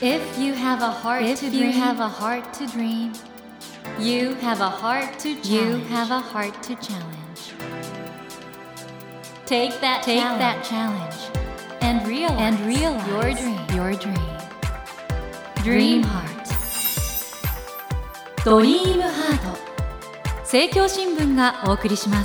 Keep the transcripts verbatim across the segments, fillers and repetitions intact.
If you have a heart If to you dream, have a heart to dream, you have a heart to challenge. you have a heart to challenge. Take that Take challenge that challenge and realize, and realize your dream. your dream. Dream Dream Heart. Heart ドリームハート政教新聞がお送りします。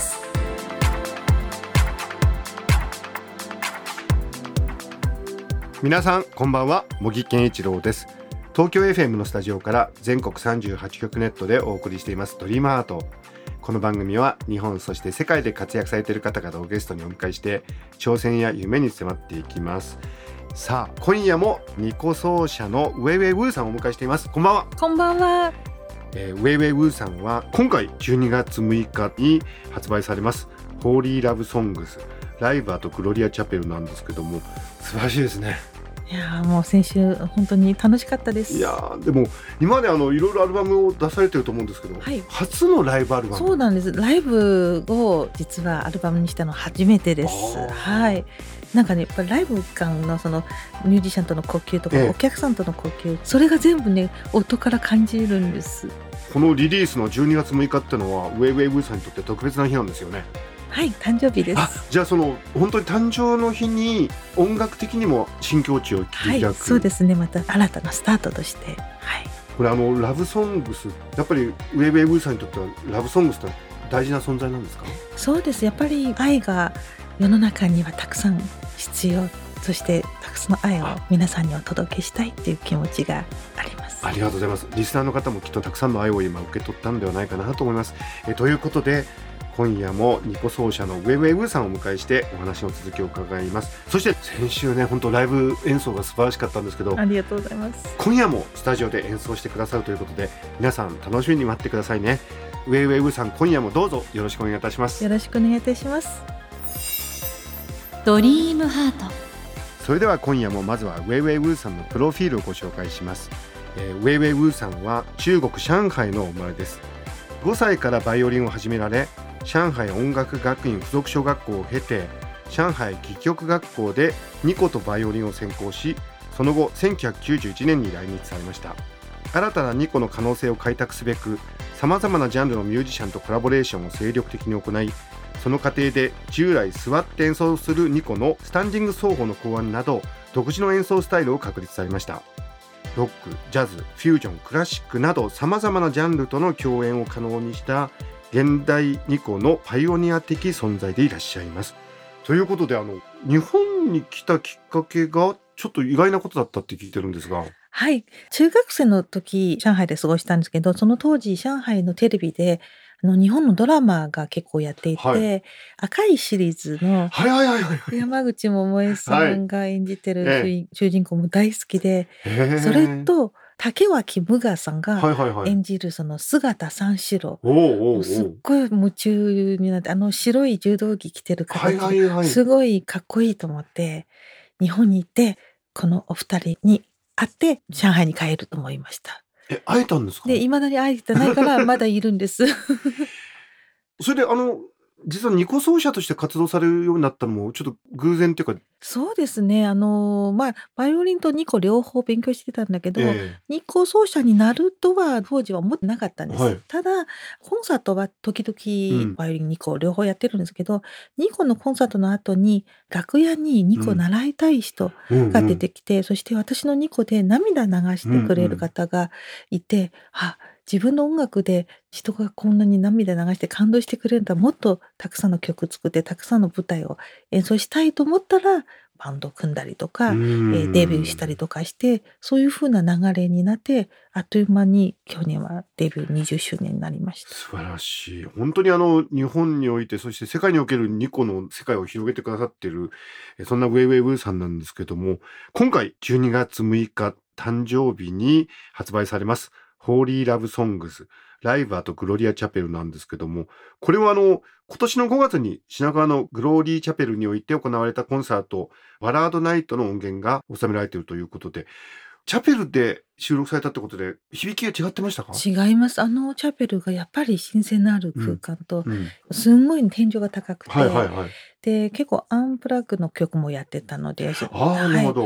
皆さんこんばんは、茂木健一郎です。東京 エフエム のスタジオから全国さんじゅうはちきょくネットでお送りしていますドリームハート。この番組は日本そして世界で活躍されている方々をゲストにお迎えして挑戦や夢に迫っていきます。さあ今夜もニコ奏者のウェイウェイウーさんをお迎えしています。こんばんは。 こんばんは。 えー、ウェイウェイウーさんは今回じゅうにがつむいかに発売されますホーリーラブソングスライブアットグロリアチャペルなんですけども、素晴らしいですね。 いやもう先週本当に楽しかったです。 いやでも今まであのいろいろアルバムを出されてると思うんですけど、 はい、 初のライブアルバム。 そうなんです。ライブを実はアルバムにしたの初めてです。はい。なんかねやっぱりライブ感のそのミュージシャンとの呼吸とか、ええ、お客さんとの呼吸、それが全部ね音から感じるんです。 このリリースのじゅうにがつむいかってのはウェイウェイウーさんにとって特別な日なんですよね。 はい、誕生日です。 あ、じゃあその本当に誕生の日に音楽的にも新境地を切り開く、 はい、そうですね。また新たなスタートとして、はい、 これあのラブソングス、やっぱりウェイウェイウーさんにとってはラブソングスって大事な存在なんですか？ そうです。やっぱり愛が世の中にはたくさん必要、そしてたくさんの愛を皆さんにお届けしたいっていう気持ちがあります。 ありがとうございます。リスナーの方もきっとたくさんの愛を今受け取ったのではないかなと思います。えということで今夜もニコ奏者のウェイウェイウーさんをお迎えしてお話の続きを伺います。そして先週ね本当ライブ演奏が素晴らしかったんですけど、 ありがとうございます。 今夜もスタジオで演奏してくださるということで皆さん楽しみに待ってくださいね。ウェイウェイウーさん、今夜もどうぞよろしくお願いいたします。 よろしくお願いいたします。 ドリームハート。 それでは今夜もまずはウェイウェイウーさんのプロフィールをご紹介します。えー、ウェイウェイウーさんは中国上海のお生まれです。ごさいからバイオリンを始められ、上海音楽学院附属小学校を経て上海戯曲学校でニコとバイオリンを専攻し、その後せんきゅうひゃくきゅうじゅういちねんに来日されました。新たなニコの可能性を開拓すべくさまざまなジャンルのミュージシャンとコラボレーションを精力的に行い、その過程で従来座って演奏するニコのスタンディング奏法の考案など独自の演奏スタイルを確立されました。ロック、ジャズ、フュージョン、クラシックなどさまざまなジャンルとの共演を可能にした現代ニコのパイオニア的存在でいらっしゃいます。ということであの日本に来たきっかけがちょっと意外なことだったって聞いてるんですが。 はい、中学生の時上海で過ごしたんですけど、その当時上海のテレビであの日本のドラマが結構やっていて、はい、赤いシリーズの山口百恵さんが演じてる、はい、主人公も大好きで、それと竹脇無我さんが演じるその姿三四郎、すっごい夢中になって、あの白い柔道着着てる方すごいかっこいいと思って日本に行ってこのお二人に会って上海に帰ると思いました。 え、会えたんですか？ で、未だに会えてないからまだいるんですそれであの実はニコ奏者として活動されるようになったのもちょっと偶然っていうか。 そうですね。あのまあバイオリンとニコ両方勉強してたんだけど、えー、ニコ奏者になるとは当時は思ってなかったんです、はい、ただコンサートは時々バイオリン、うん、ニコ両方やってるんですけど、ニコのコンサートの後に楽屋にニコ習いたい人が出てきて、うんうんうん、そして私のニコで涙流してくれる方がいて、うんうん、あ、自分の音楽で人がこんなに涙流して感動してくれるんだ、もっとたくさんの曲作ってたくさんの舞台を演奏したいと思ったらバンド組んだりとか、えー、デビューしたりとかして、そういう風な流れになってあっという間に去年はデビューにじゅっしゅうねんになりました。 素晴らしい。本当にあの日本においてそして世界におけるニコの世界を広げてくださっているそんなウェイウェイウーさんなんですけども、今回じゅうにがつむいか誕生日に発売されますホーリーラブソングスライブアットグロリアチャペルなんですけども、これはあの今年のごがつに品川のグローリーチャペルにおいて行われたコンサートバラードナイトの音源が収められているということで、チャペルで収録されたってことで響きが違ってましたか？ 違います。あのチャペルがやっぱり神聖なある空間と、うんうん、すんごい天井が高くて、はいはいはい、で結構アンプラグの曲もやってたので、 あ、はい、なるほど。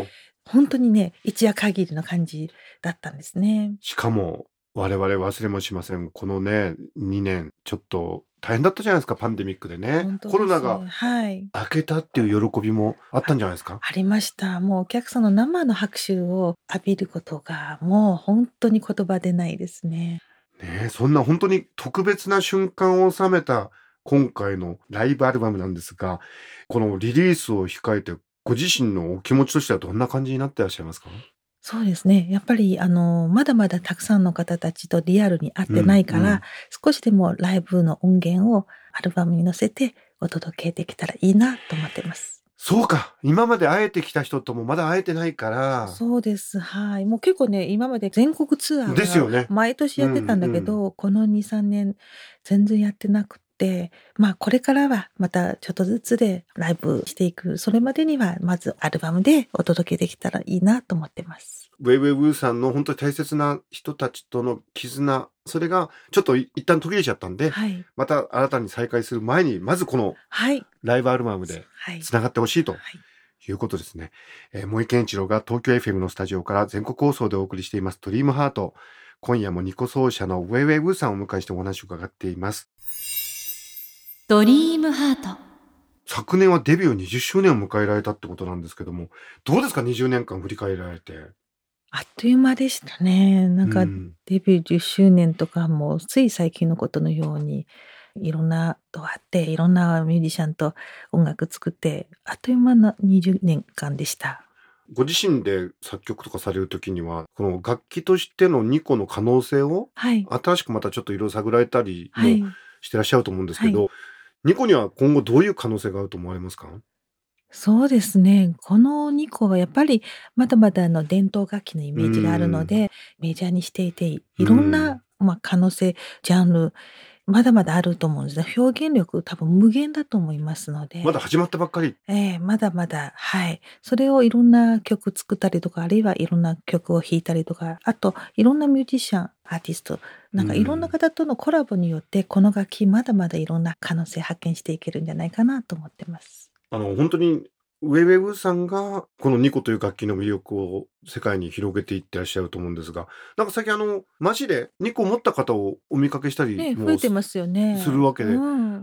本当にね、一夜限りの感じだったんですね。 しかも我々忘れもしません。このね、にねんちょっと大変だったじゃないですか、パンデミックでね。 本当ですね。 コロナがはい。 明けたっていう喜びもあったんじゃないですか。 ありました。もうお客さんの生の拍手を浴びることがもう本当に言葉でないですね。 ねえ、そんな本当に特別な瞬間を収めた今回のライブアルバムなんですが、このリリースを控えてご自身のお気持ちとしてはどんな感じになっていらっしゃいますか？ そうですね。やっぱりあのまだまだたくさんの方たちとリアルに会ってないから、うんうん、少しでもライブの音源をアルバムに載せてお届けできたらいいなと思ってます。 そうか、今まで会えてきた人ともまだ会えてないから。 そうです。はい。もう結構ね、今まで全国ツアーを毎年やってたんだけど、うんうん、このに、さんねん全然やってなくて、まあこれからはまたちょっとずつでライブしていく。それまでにはまずアルバムでお届けできたらいいなと思ってます。 ウェイウェイウーさんの本当に大切な人たちとの絆、それがちょっと一旦途切れちゃったんで、はい、また新たに再開する前にまずこのライブアルバムでつながってほしいということですね。はいはい、えー、森健一郎が東京 エフエム のスタジオから全国放送でお送りしていますドリームハート。今夜もニコ奏者のウェイウェイウーさんをお迎えしてお話を伺っています。 ドリームハート。 昨年はデビューにじゅっしゅうねんを迎えられたってことなんですけども、どうですかにじゅうねんかん振り返られて。 あっという間でしたね。なんかデビューじゅっしゅうねんとかもつい最近のことのようにいろんなとあっていろんなミュージシャンと音楽作ってあっという間のにじゅうねんかんでした。 ご自身で作曲とかされるときにはこの楽器としてのニコの可能性を、はい、新しくまたちょっと色々探られたりもしてらっしゃると思うんですけど、はいはい、ニコには今後どういう可能性があると思われますか？ そうですね。このニコはやっぱりまだまだの伝統楽器のイメージがあるので、メジャーにしていていろんな、まあ、可能性、ジャンルまだまだあると思うんですね。表現力多分無限だと思いますので。 まだ始まったばっかり。 ええ、まだまだ、はい。それをいろんな曲作ったりとか、あるいはいろんな曲を弾いたりとか、あといろんなミュージシャン、アーティスト、なんかいろんな方とのコラボによって、この楽器まだまだいろんな可能性発見していけるんじゃないかなと思ってます。 あの本当にウェイウェイウーさんがこのニコという楽器の魅力を世界に広げていってらっしゃると思うんですが、なんか最近あの街でニコを持った方をお見かけしたりも、ね、 増えてますよね。 するわけで、 うん、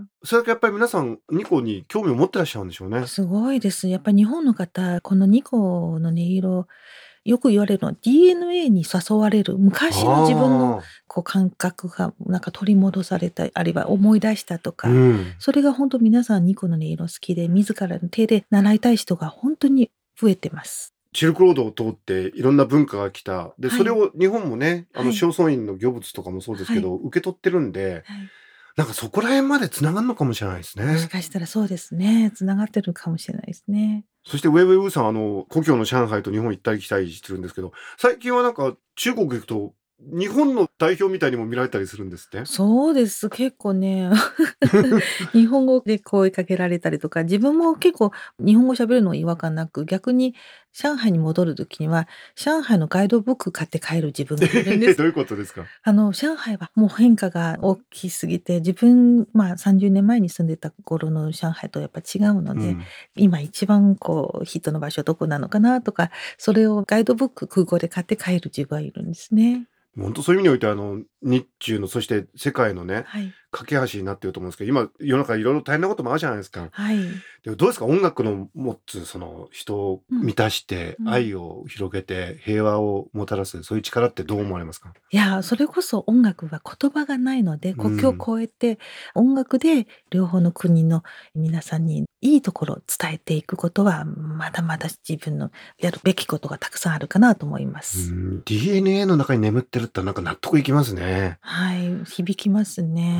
それだけやっぱり皆さんニコに興味を持ってらっしゃるんでしょうね。 すごいです。やっぱり日本の方このニコの音色よく言われるのは ディーエヌエー に誘われる昔の自分のこう感覚がなんか取り戻されたあるいは思い出したとか、うん、それが本当皆さんニコの音色好きで自らの手で習いたい人が本当に増えてます。 シルクロードを通っていろんな文化が来たで、はい、それを日本もねあの正倉院の御物とかもそうですけど、はい、受け取ってるんで、はい、なんかそこら辺までつながるのかもしれないですね。 もしかしたらそうですね、つながってるかもしれないですね。 そしてウェイウェイウーさんあの故郷の上海と日本行ったり来たりしてるんですけど、最近はなんか中国行くと日本の代表みたいにも見られたりするんですって。 そうです。結構ね日本語で声かけられたりとか、自分も結構日本語喋るの違和感なく、逆に上海に戻る時には上海のガイドブック買って帰る自分がいるんです。 どういうことですか？ あの上海はもう変化が大きすぎて、自分まあさんじゅうねんまえに住んでた頃の上海とやっぱ違うので、うん、今一番こうヒットの場所どこなのかなとか、それをガイドブック空港で買って帰る自分がいるんですね。 本当そういう意味においてあの日中のそして世界のね、はい、架け橋になっていると思うんですけど、今世の中いろいろ大変なこともあるじゃないですか。 はい、 でもどうですか、音楽の持つその人を満たして、うん、愛を広げて平和をもたらすそういう力ってどう思われますか？ いやそれこそ音楽は言葉がないので国境を越えて、うん、音楽で両方の国の皆さんにいいところを伝えていくことはまだまだ自分のやるべきことがたくさんあるかなと思います。 うん、ディーエヌエー の中に眠ってるってなんか納得いきますね。 はい、響きますね。 うん、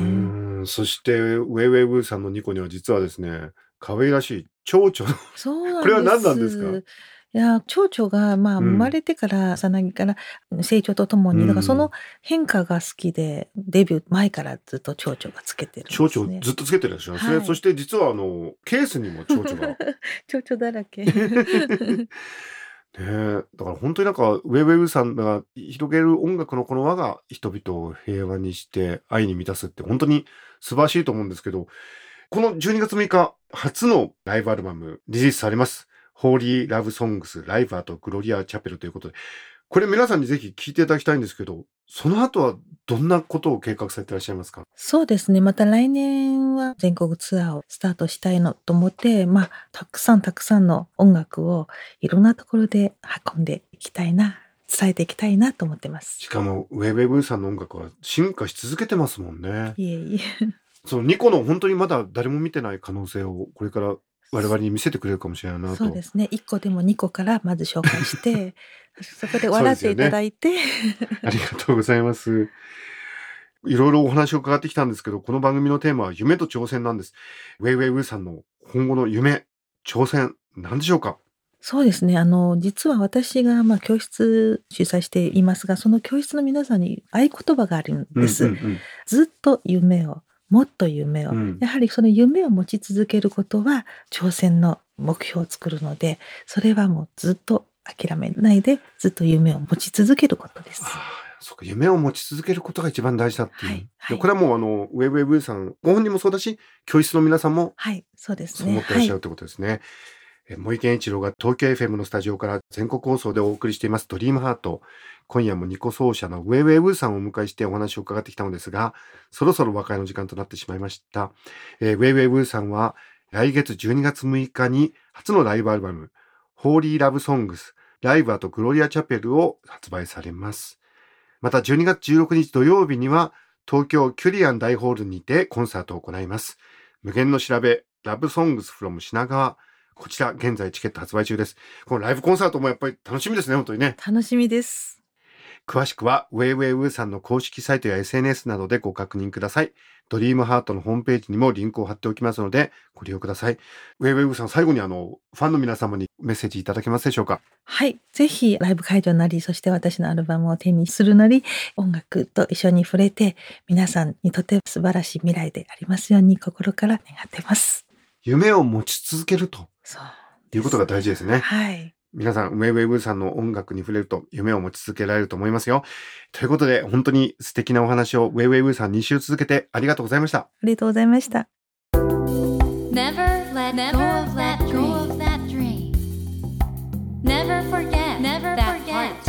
そしてウェイウェイウーさんのニコには実はですね、可愛らしい蝶々 そうなんです。 これは何なんですか？ いや蝶々がまあ生まれてからさなぎから成長とともに、うん、だからその変化が好きでデビュー前からずっと蝶々がつけてるんですね。 蝶々ずっとつけてらっしゃるんですね。はい、そして実はあのケースにも蝶々が蝶々だらけねえ、だから本当になんかウェイウェイウーさんが広げる音楽のこの輪が人々を平和にして愛に満たすって本当に素晴らしいと思うんですけど、このじゅうにがつむいか初のライブアルバムリリースされます。 ホーリーラブソングスライブアットグロリアチャペルということで、これ皆さんにぜひ聞いていただきたいんですけど、その後はどんなことを計画されていらっしゃいますか？ そうですね。また来年は全国ツアーをスタートしたいのと思って、まあ、たくさんたくさんの音楽をいろんなところで運んでいきたいな、伝えていきたいなと思ってます。 しかもウェイウェイブーさんの音楽は進化し続けてますもんね。 いえいえ。 そのニコの本当にまだ誰も見てない可能性をこれから我々に見せてくれるかもしれないなと。 そうですね。いっこでもにこからまず紹介してそこで笑っていただいて、ね、 ありがとうございます。いろいろお話を伺ってきたんですけど、この番組のテーマは夢と挑戦なんです。ウェイウェイウーさんの今後の夢、挑戦何でしょうか？ そうですね。あの、実は私がまあ教室主催していますが、その教室の皆さんに合言葉があるんです。うんうんうん、ずっと夢を、もっと夢を、うん、やはりその夢を持ち続けることは挑戦の目標を作るので、それはもうずっと諦めないでずっと夢を持ち続けることです。 そうか、夢を持ち続けることが一番大事だっていう。はいはい、これはもうあのウェイウェイブーさんご本人もそうだし、教室の皆さんもそうですね。そう思ってらっしゃるということですね。はい、森健一郎が東京 エフエム のスタジオから全国放送でお送りしていますドリームハート。今夜もニコ奏者のウェイウェイブーさんをお迎えしてお話を伺ってきたのですが、そろそろ和解の時間となってしまいました。えー、ウェイウェイブーさんは来月じゅうにがつむいかに初のライブアルバムホーリーラブソングスライブアットグロリアチャペルを発売されます。またじゅうにがつじゅうろくにち土曜日には東京キュリアン大ホールにてコンサートを行います。無限の調べラブソングスフロム品川、こちら現在チケット発売中です。このライブコンサートもやっぱり楽しみですね。本当にね。 楽しみです。 詳しくはウェイウェイウーさんの公式サイトや エスエヌエス などでご確認ください。ドリームハートのホームページにもリンクを貼っておきますのでご利用ください。ウェイウェイウーさん、最後にあのファンの皆様にメッセージいただけますでしょうか？ はい、ぜひライブ会場なり、そして私のアルバムを手にするなり、音楽と一緒に触れて皆さんにとって素晴らしい未来でありますように心から願ってます。 夢を持ち続けるとそういうことが大事ですね。 はい。 皆さん、ウェイウェイブーさんの音楽に触れると夢を持ち続けられると思いますよ。ということで、本当に素敵なお話をウェイウェイブーさんに週続けてありがとうございました。 ありがとうございました。 Never let go of that dream. Never forget that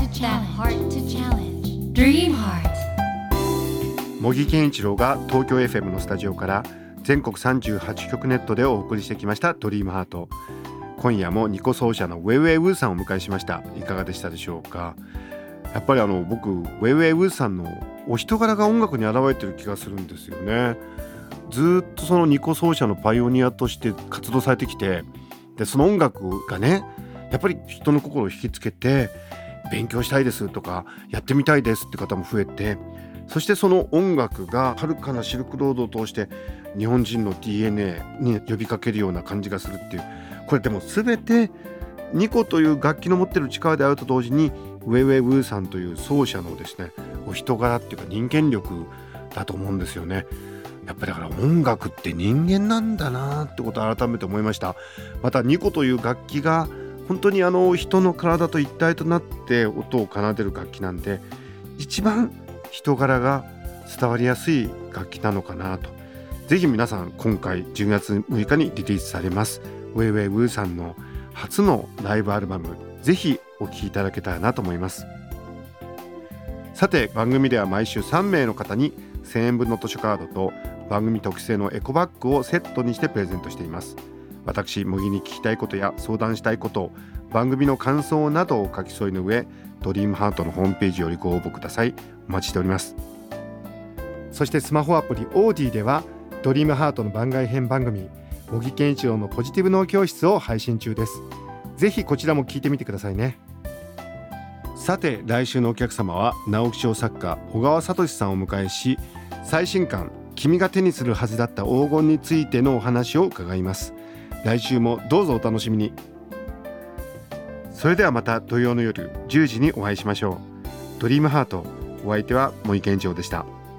heart to challenge. Dream Heart. 茂木健一郎が東京 エフエム のスタジオから全国さんじゅうはちきょくネットでお送りしてきましたドリームハート。今夜もニコ奏者のウェイウェイウーさんをお迎えしました。いかがでしたでしょうか？やっぱりあの僕ウェイウェイウーさんのお人柄が音楽に現れてる気がするんですよね。ずっとそのニコ奏者のパイオニアとして活動されてきて、でその音楽がねやっぱり人の心を引きつけて、勉強したいですとかやってみたいですって方も増えて、そしてその音楽が遥かなシルクロードを通して日本人の ディーエヌエー に呼びかけるような感じがするっていう、これでも全てニコという楽器の持ってる力であると同時にウェイウェイウーさんという奏者のですねお人柄っていうか人間力だと思うんですよね。やっぱりだから音楽って人間なんだなってことを改めて思いました。またニコという楽器が本当にあの人の体と一体となって音を奏でる楽器なんで、一番人柄が伝わりやすい楽器なのかなと。ぜひ皆さん今回じゅうがつむいかにリリースされますウェイウェイウーさんの初のライブアルバム、ぜひお聴きいただけたらなと思います。さて番組では毎週さんめいの方にせんえんぶんの図書カードと番組特製のエコバッグをセットにしてプレゼントしています。私茂木に聞きたいことや相談したいこと、番組の感想などを書き添えの上、ドリームハートのホームページよりご応募ください。お待ちしております。そしてスマホアプリオーディではドリームハートの番外編番組茂木健一郎のポジティブ脳教室を配信中です。ぜひこちらも聞いてみてくださいね。さて来週のお客様は直木賞作家小川聡さんをお迎えし、最新刊君が手にするはずだった黄金についてのお話を伺います。来週もどうぞお楽しみに。それではまた土曜の夜じゅうじにお会いしましょう。ドリームハート、お相手は茂木健一郎でした。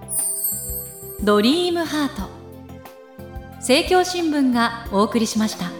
ドリームハート、政教新聞がお送りしました。